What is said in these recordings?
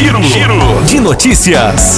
Giro de notícias.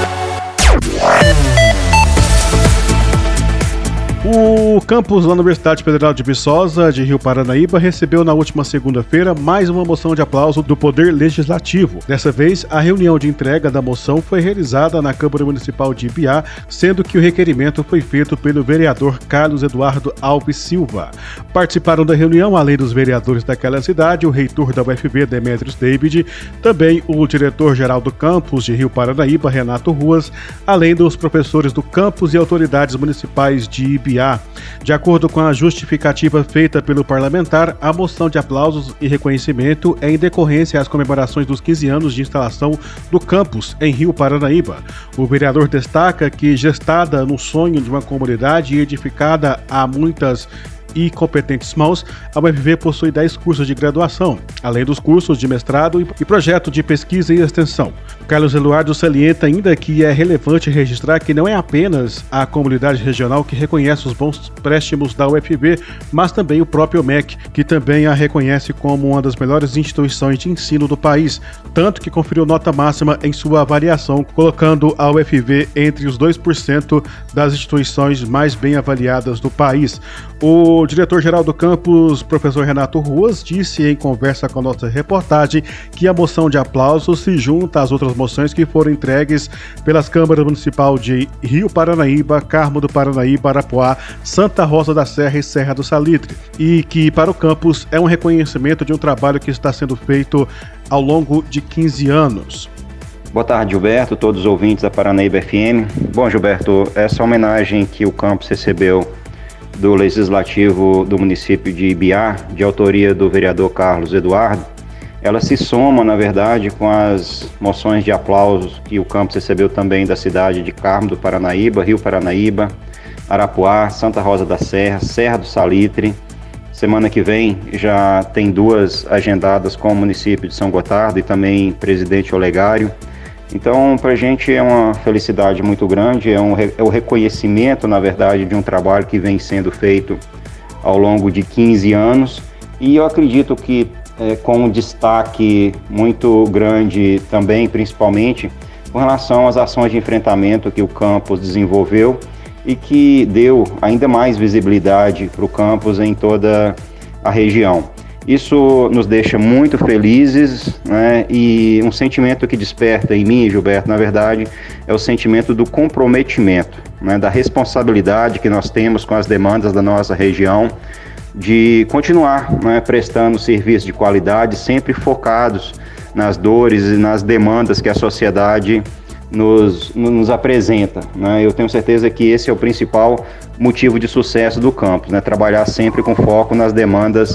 O campus da Universidade Federal de Viçosa, de Rio Paranaíba, recebeu na última segunda-feira mais uma moção de aplauso do Poder Legislativo. Dessa vez, a reunião de entrega da moção foi realizada na Câmara Municipal de Ibiá, sendo que o requerimento foi feito pelo vereador Carlos Eduardo Alves Silva. Participaram da reunião, além dos vereadores daquela cidade, o reitor da UFV, Demetrios David, também o diretor-geral do campus de Rio Paranaíba, Renato Ruas, além dos professores do campus e autoridades municipais de Ibiá. De acordo com a justificativa feita pelo parlamentar, a moção de aplausos e reconhecimento é em decorrência às comemorações dos 15 anos de instalação do campus em Rio Paranaíba. O vereador destaca que, gestada no sonho de uma comunidade e edificada há muitas e competentes mãos, a UFV possui 10 cursos de graduação, além dos cursos de mestrado e projeto de pesquisa e extensão. Carlos Eduardo salienta ainda que é relevante registrar que não é apenas a comunidade regional que reconhece os bons préstimos da UFV, mas também o próprio MEC, que também a reconhece como uma das melhores instituições de ensino do país, tanto que conferiu nota máxima em sua avaliação, colocando a UFV entre os 2% das instituições mais bem avaliadas do país. O diretor-geral do campus, professor Renato Ruas, disse em conversa com a nossa reportagem que a moção de aplauso se junta às outras moções que foram entregues pelas câmaras municipal de Rio Paranaíba, Carmo do Paranaíba, Arapuá, Santa Rosa da Serra e Serra do Salitre, e que para o campus é um reconhecimento de um trabalho que está sendo feito ao longo de 15 anos. Boa tarde, Gilberto, todos os ouvintes da Paranaíba FM. Bom, Gilberto, essa homenagem que o campus recebeu do Legislativo do município de Ibiá, de autoria do vereador Carlos Eduardo, ela se soma, na verdade, com as moções de aplausos que o campus recebeu também da cidade de Carmo do Paranaíba, Rio Paranaíba, Arapuá, Santa Rosa da Serra, Serra do Salitre. Semana que vem já tem 2 agendadas com o município de São Gotardo e também Presidente Olegário. Então, para a gente é uma felicidade muito grande, é o reconhecimento, na verdade, de um trabalho que vem sendo feito ao longo de 15 anos, e eu acredito que com um destaque muito grande também, principalmente, com relação às ações de enfrentamento que o campus desenvolveu e que deu ainda mais visibilidade para o campus em toda a região. Isso nos deixa muito felizes, né? E um sentimento que desperta em mim, Gilberto, na verdade, é o sentimento do comprometimento, né? Da responsabilidade que nós temos com as demandas da nossa região, de continuar, né, prestando serviço de qualidade, sempre focados nas dores e nas demandas que a sociedade nos apresenta, né? Eu tenho certeza que esse é o principal motivo de sucesso do campus, né? Trabalhar sempre com foco nas demandas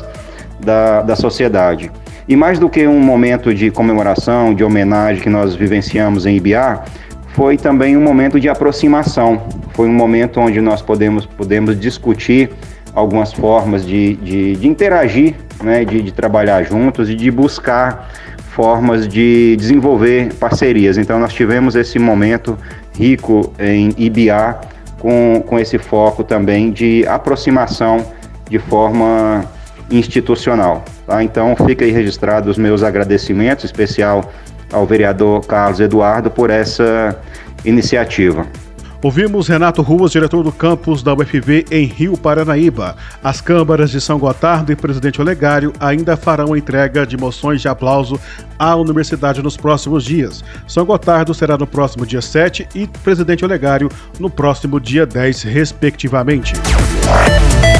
da sociedade. E mais do que um momento de comemoração, de homenagem que nós vivenciamos em Ibiá, foi também um momento de aproximação, foi um momento onde nós podemos discutir algumas formas de interagir, né, de trabalhar juntos e de buscar formas de desenvolver parcerias. Então nós tivemos esse momento rico em Ibiá, com esse foco também de aproximação de forma institucional, tá? Então fica aí registrado os meus agradecimentos, especial ao vereador Carlos Eduardo por essa iniciativa. Ouvimos Renato Ruas, diretor do campus da UFV em Rio Paranaíba. As câmaras de São Gotardo e Presidente Olegário ainda farão a entrega de moções de aplauso à universidade nos próximos dias. São Gotardo será no próximo dia 7 e Presidente Olegário no próximo dia 10, respectivamente.